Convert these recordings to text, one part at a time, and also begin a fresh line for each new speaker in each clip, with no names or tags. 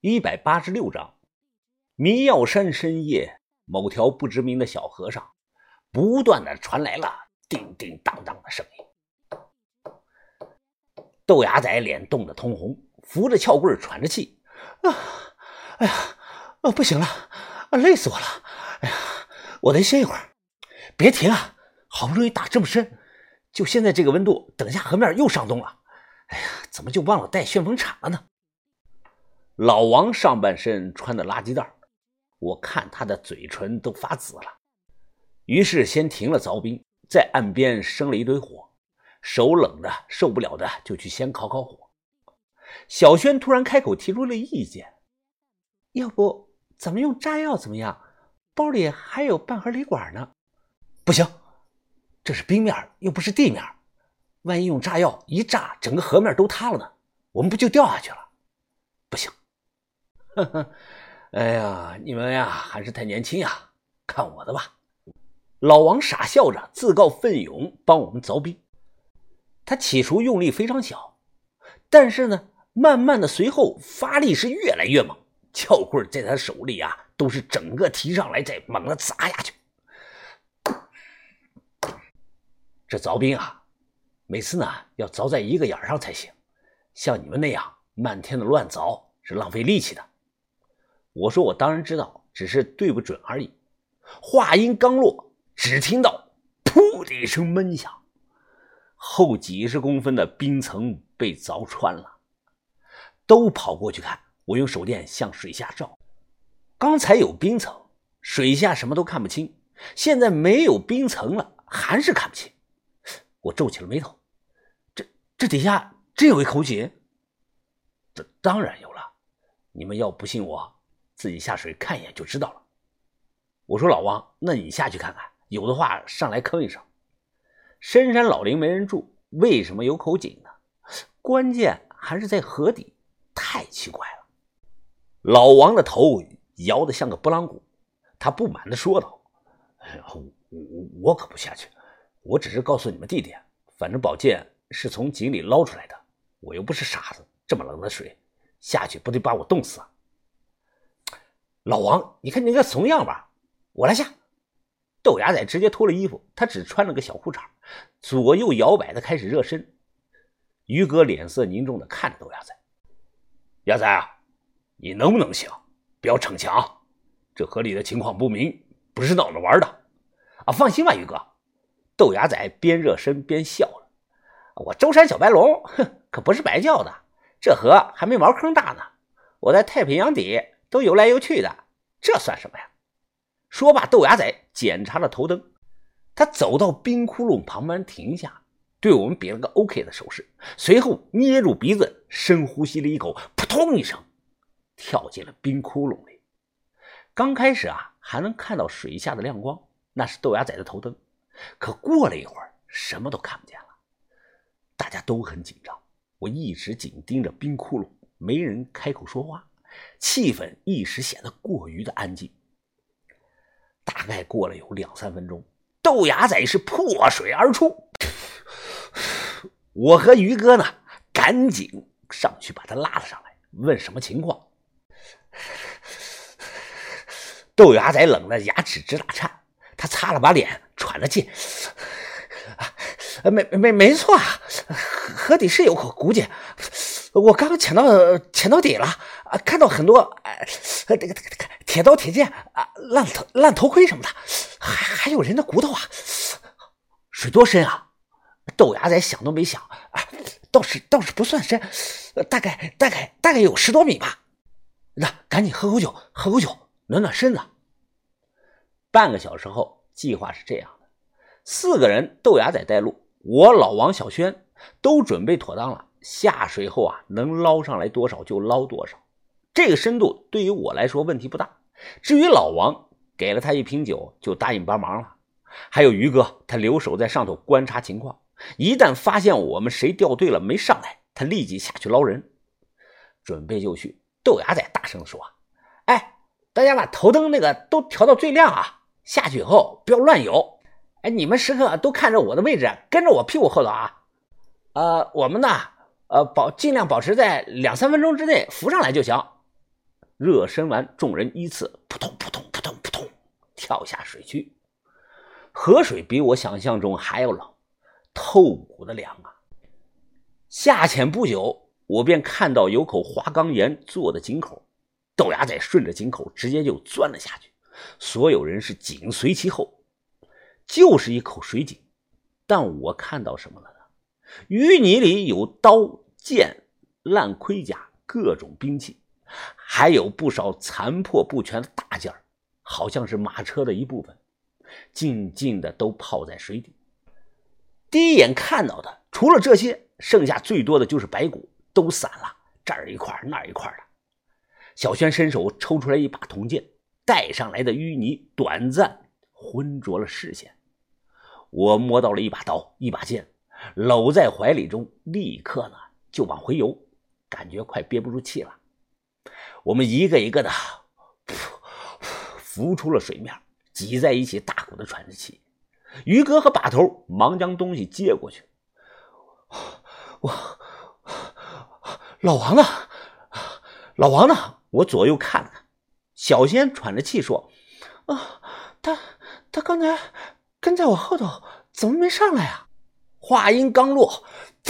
186章，迷药山深夜，某条不知名的小河上，不断的传来了叮叮当当的声音。豆芽仔脸冻得通红，扶着撬棍喘着气。
哎呀，不行了，累死我了！哎呀，我得歇一会儿。别停啊，好不容易打这么深，就现在这个温度，等下河面又上冻了。哎呀，怎么就忘了带旋风铲了呢？
老王上半身穿的垃圾袋，我看他的嘴唇都发紫了。于是先停了凿冰，在岸边生了一堆火，手冷的受不了的就去先烤烤火。小轩突然开口提出了意见，
要不咱们用炸药怎么样？包里还有半盒锂管呢。不行，这是冰面又不是地面，万一用炸药一炸，整个河面都塌了呢，我们不就掉下去了？不行。
呵呵，哎呀，你们呀还是太年轻呀，看我的吧。老王傻笑着自告奋勇帮我们凿冰。他起初用力非常小，但是呢慢慢的随后发力是越来越猛，撬棍在他手里啊都是整个提上来再猛地砸下去。这凿冰啊每次呢要凿在一个眼上才行，像你们那样漫天的乱凿是浪费力气的。我说我当然知道，只是对不准而已。话音刚落，只听到噗的一声闷响，厚几十公分的冰层被凿穿了。都跑过去看，我用手电向水下照。刚才有冰层，水下什么都看不清，现在没有冰层了，还是看不清。我皱起了眉头，这底下真有一口井？当然有了，你们要不信我，自己下水看一眼就知道了。我说老王，那你下去看看，有的话上来吭一声。深山老林没人住，为什么有口井呢？关键还是在河底，太奇怪了。老王的头摇得像个拨浪鼓，他不满地说道：我可不下去，我只是告诉你们地点，反正宝剑是从井里捞出来的，我又不是傻子，这么冷的水下去不得把我冻死啊。老王，你看你那个怂样吧，我来下。豆芽仔直接脱了衣服，他只穿了个小裤衩，左右摇摆的开始热身。于哥脸色凝重的看着豆芽仔，芽仔啊，你能不能行？不要逞强，这河里的情况不明，不是闹着玩的啊！放心吧，于哥。豆芽仔边热身边笑了，我舟山小白龙可不是白叫的，这河还没茅坑大呢，我在太平洋底都游来游去的，这算什么呀？说罢，豆芽仔检查了头灯，他走到冰窟窿旁边停下，对我们比了个 OK 的手势，随后捏住鼻子深呼吸了一口，扑通一声跳进了冰窟窿里。刚开始啊还能看到水下的亮光，那是豆芽仔的头灯，可过了一会儿什么都看不见了。大家都很紧张，我一直紧盯着冰窟窿，没人开口说话，气氛一时显得过于的安静。大概过了有2-3分钟，豆芽仔是破水而出，我和于哥呢赶紧上去把他拉了上来，问什么情况。豆芽仔冷得牙齿直打颤，他擦了把脸喘着气，没错啊，河底是有口古井，我刚潜到底了，看到很多这个铁刀铁剑啊，烂头盔什么的，还有人的骨头啊。水多深啊？豆芽仔想都没想啊，倒是不算深，大概有10多米吧。那赶紧喝口酒，暖暖身子。半个小时后，计划是这样的：4个人，豆芽仔带路，我老王小轩都准备妥当了，下水后啊能捞上来多少就捞多少，这个深度对于我来说问题不大。至于老王，给了他1瓶酒就答应帮忙了。还有于哥，他留守在上头观察情况，一旦发现我们谁掉队了没上来，他立即下去捞人。准备就绪，豆芽仔大声说：哎，大家把头灯那个都调到最亮啊，下去以后不要乱游。哎，你们时刻都看着我的位置，跟着我屁股后头啊。我们呢尽量保持在2-3分钟之内浮上来就行。 热身完，众人依次扑通扑通扑通扑通跳下水去。河水比我想象中还要冷，透骨的凉啊！下潜不久，我便看到有口花岗岩做的井口，豆芽仔顺着井口直接就钻了下去，所有人是紧随其后。就是一口水井，但我看到什么了呢？淤泥里有刀剑、烂盔甲、各种兵器，还有不少残破不全的大件，好像是马车的一部分，静静的都泡在水底。第一眼看到的除了这些，剩下最多的就是白骨，都散了，这儿一块那一块的。小轩伸手抽出来一把铜剑，带上来的淤泥短暂浑浊了视线。我摸到了一把刀一把剑，搂在怀里中，立刻呢就往回游，感觉快憋不住气了。我们一个一个的浮出了水面，挤在一起大口的喘着气。于哥和把头忙将东西接过去。老王呢？老王呢？我左右看了看，小仙喘着气说：“他刚才跟在我后头，怎么没上来啊？”话音刚落，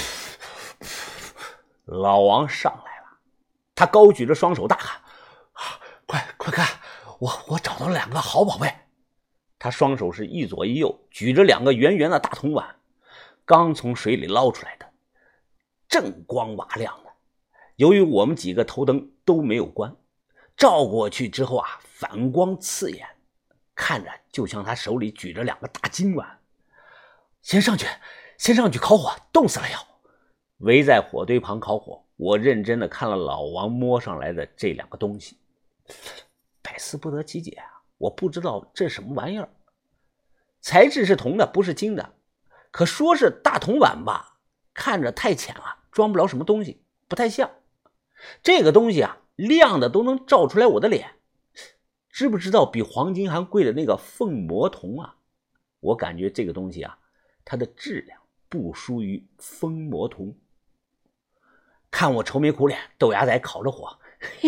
老王上来了，他高举着双手大喊：“快看，我找到了2个好宝贝！”他双手是一左一右举着2个圆圆的大铜碗，刚从水里捞出来的，正光瓦亮的。由于我们几个头灯都没有关，照过去之后啊，反光刺眼，看着就像他手里举着2个大金碗。先上去烤火，冻死了要！围在火堆旁烤火，我认真的看了老王摸上来的这2个东西，百思不得其解啊！我不知道这什么玩意儿，材质是铜的，不是金的，可说是大铜碗吧，看着太浅了，装不了什么东西，不太像。这个东西啊，亮的都能照出来我的脸。知不知道比黄金还贵的那个凤魔铜啊？我感觉这个东西啊，它的质量不输于凤魔铜。看我愁眉苦脸，豆芽仔烤着火，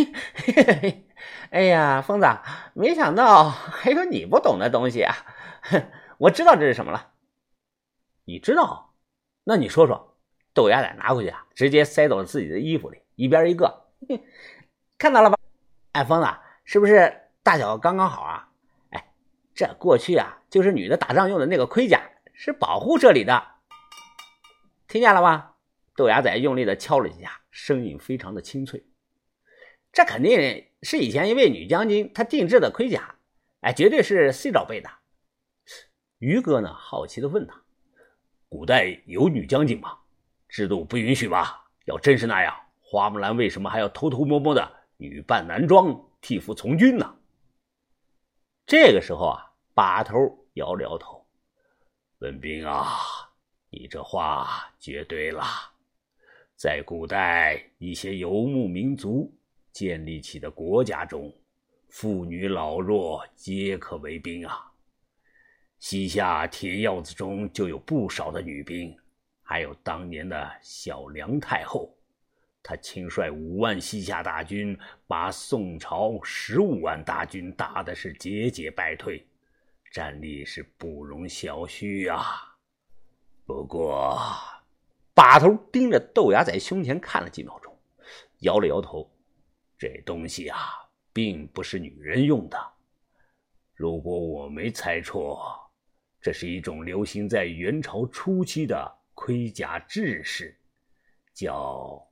哎呀，疯子，没想到还有你不懂的东西啊！我知道这是什么了。你知道？那你说说。豆芽仔拿回去啊，直接塞到了自己的衣服里，一边一个。看到了吧？哎，疯子，是不是大小刚刚好啊？哎，这过去啊，就是女的打仗用的那个盔甲，是保护这里的。听见了吗？豆芽仔用力的敲了几下，声音非常的清脆。这肯定是以前一位女将军她定制的盔甲，哎，绝对是 C 罩杯的。于哥呢，好奇的问他：古代有女将军吗？制度不允许吧？要真是那样，花木兰为什么还要偷偷摸摸的女扮男装替父从军呢？这个时候啊，把头摇了摇头：文斌啊，你这话绝对了。在古代一些游牧民族建立起的国家中，妇女老弱皆可为兵啊。西夏铁鹞子中就有不少的女兵，还有当年的小梁太后，她亲率5万西夏大军，把宋朝15万大军打的是节节败退，战力是不容小觑啊。不过把头盯着豆芽仔胸前看了几秒钟，摇了摇头：这东西啊，并不是女人用的。如果我没猜错，这是一种流行在元朝初期的盔甲制式，叫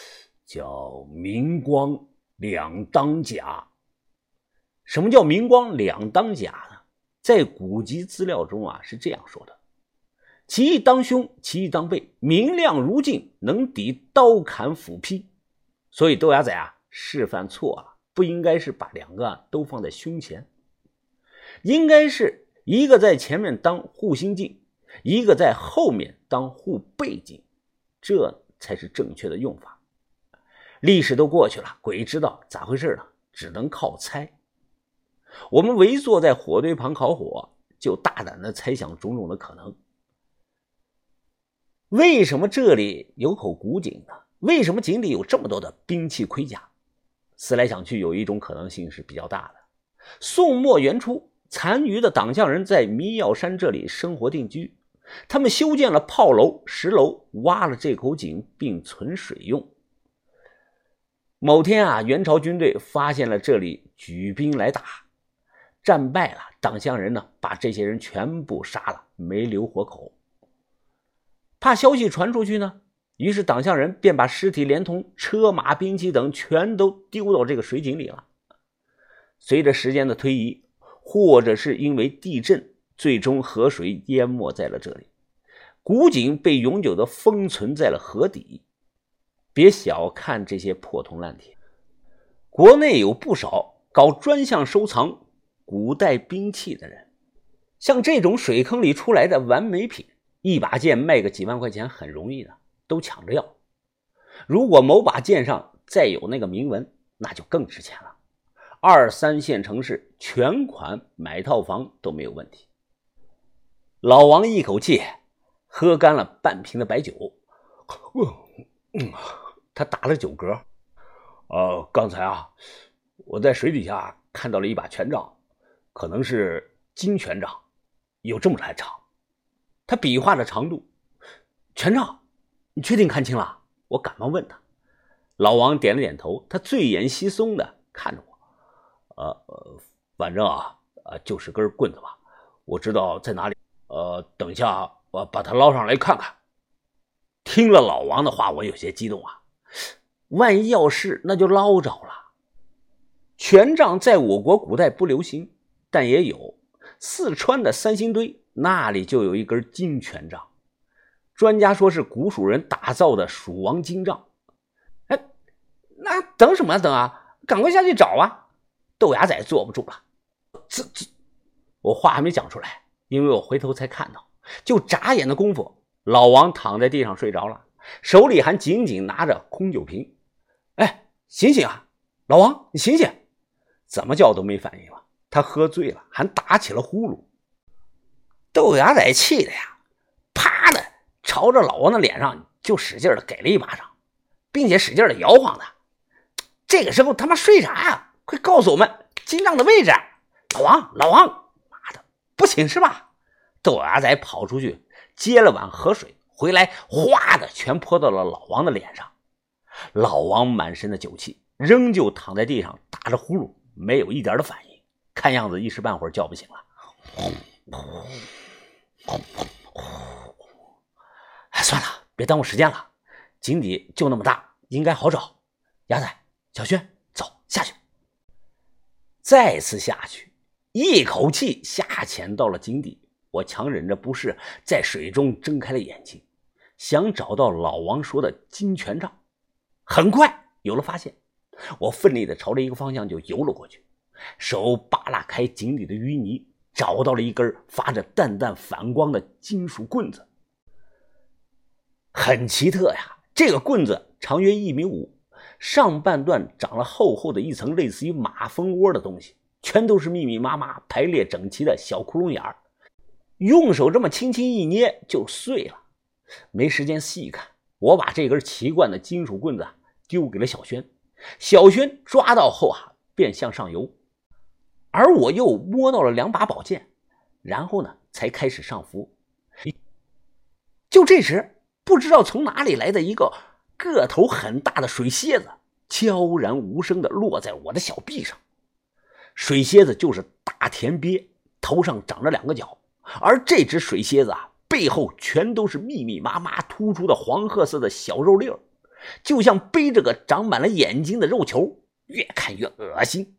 明光两当甲。什么叫明光两当甲呢？在古籍资料中啊是这样说的：其一当胸，其一当背，明亮如镜，能抵刀砍斧劈。所以豆芽仔啊示范错了，不应该是把2个都放在胸前，应该是一个在前面当护心镜，一个在后面当护背镜，这才是正确的用法。历史都过去了，鬼知道咋回事呢？只能靠猜。我们围坐在火堆旁烤火，就大胆地猜想种种的可能。为什么这里有口古井呢？为什么井里有这么多的兵器盔甲？ 思来想去，有一种可能性是比较大的。宋末元初，残余的党项人在迷药山这里生活定居，他们修建了炮楼、石楼，挖了这口井，并存水用。某天啊，元朝军队发现了这里，举兵来打，战败了，党项人呢，把这些人全部杀了，没留活口。怕消息传出去呢，于是党项人便把尸体连同车马兵器等全都丢到这个水井里了。随着时间的推移，或者是因为地震，最终河水淹没在了这里，古井被永久的封存在了河底。别小看这些破铜烂铁，国内有不少搞专项收藏古代兵器的人，像这种水坑里出来的完美品，一把剑卖个几万块钱很容易的，都抢着要。如果某把剑上再有那个铭文，那就更值钱了。2、3线城市全款买套房都没有问题。老王一口气喝干了半瓶的白酒，他打了酒嗝。刚才啊，我在水底下看到了一把权杖，可能是金权杖，有这么来长。他比划着长度。权杖，你确定看清了？我赶忙问他。老王点了点头，他醉眼惺忪的看着我。反正就是根棍子吧，我知道在哪里。等一下我把它捞上来看看。听了老王的话，我有些激动啊。万一要是，那就捞着了。权杖在我国古代不流行，但也有。四川的三星堆那里就有一根金权杖，专家说是古蜀人打造的蜀王金杖。那等什么等啊，赶快下去找啊。豆芽仔坐不住了。我话还没讲出来，因为我回头才看到，就眨眼的功夫，老王躺在地上睡着了，手里还紧紧拿着空酒瓶。醒醒啊，老王，你醒醒！怎么叫都没反应了，他喝醉了，还打起了呼噜。豆芽仔气的呀，啪的朝着老王的脸上就使劲的给了一巴掌，并且使劲的摇晃他。这个时候他妈睡啥呀？快告诉我们金杖的位置！老王，妈的，不醒是吧？豆芽仔跑出去接了碗河水回来，哗的全泼到了老王的脸上。老王满身的酒气，仍旧躺在地上打着呼噜，没有一点的反应，看样子一时半会儿叫不醒了。算了，别耽误时间了，井底就那么大，应该好找。牙仔、小轩，走下去。再次下去，一口气下潜到了井底。我强忍着不适，在水中睁开了眼睛，想找到老王说的金权杖。很快有了发现，我奋力的朝着一个方向就游了过去，手扒拉开井底的淤泥，找到了一根发着淡淡反光的金属棍子。很奇特呀，这个棍子长约1.5米，上半段长了厚厚的一层类似于马蜂窝的东西，全都是密密麻麻排列整齐的小窟窿眼儿，用手这么轻轻一捏就碎了。没时间细看，我把这根奇怪的金属棍子丢给了小轩，小轩抓到后便向上游，而我又摸到了2把宝剑，然后呢才开始上浮。就这时，不知道从哪里来的一个个头很大的水蝎子，悄然无声地落在我的小臂上。水蝎子就是大田鳖，头上长着2个角，而这只水蝎子背后全都是密密麻麻突出的黄褐色的小肉粒儿，就像背着个长满了眼睛的肉球，越看越恶心。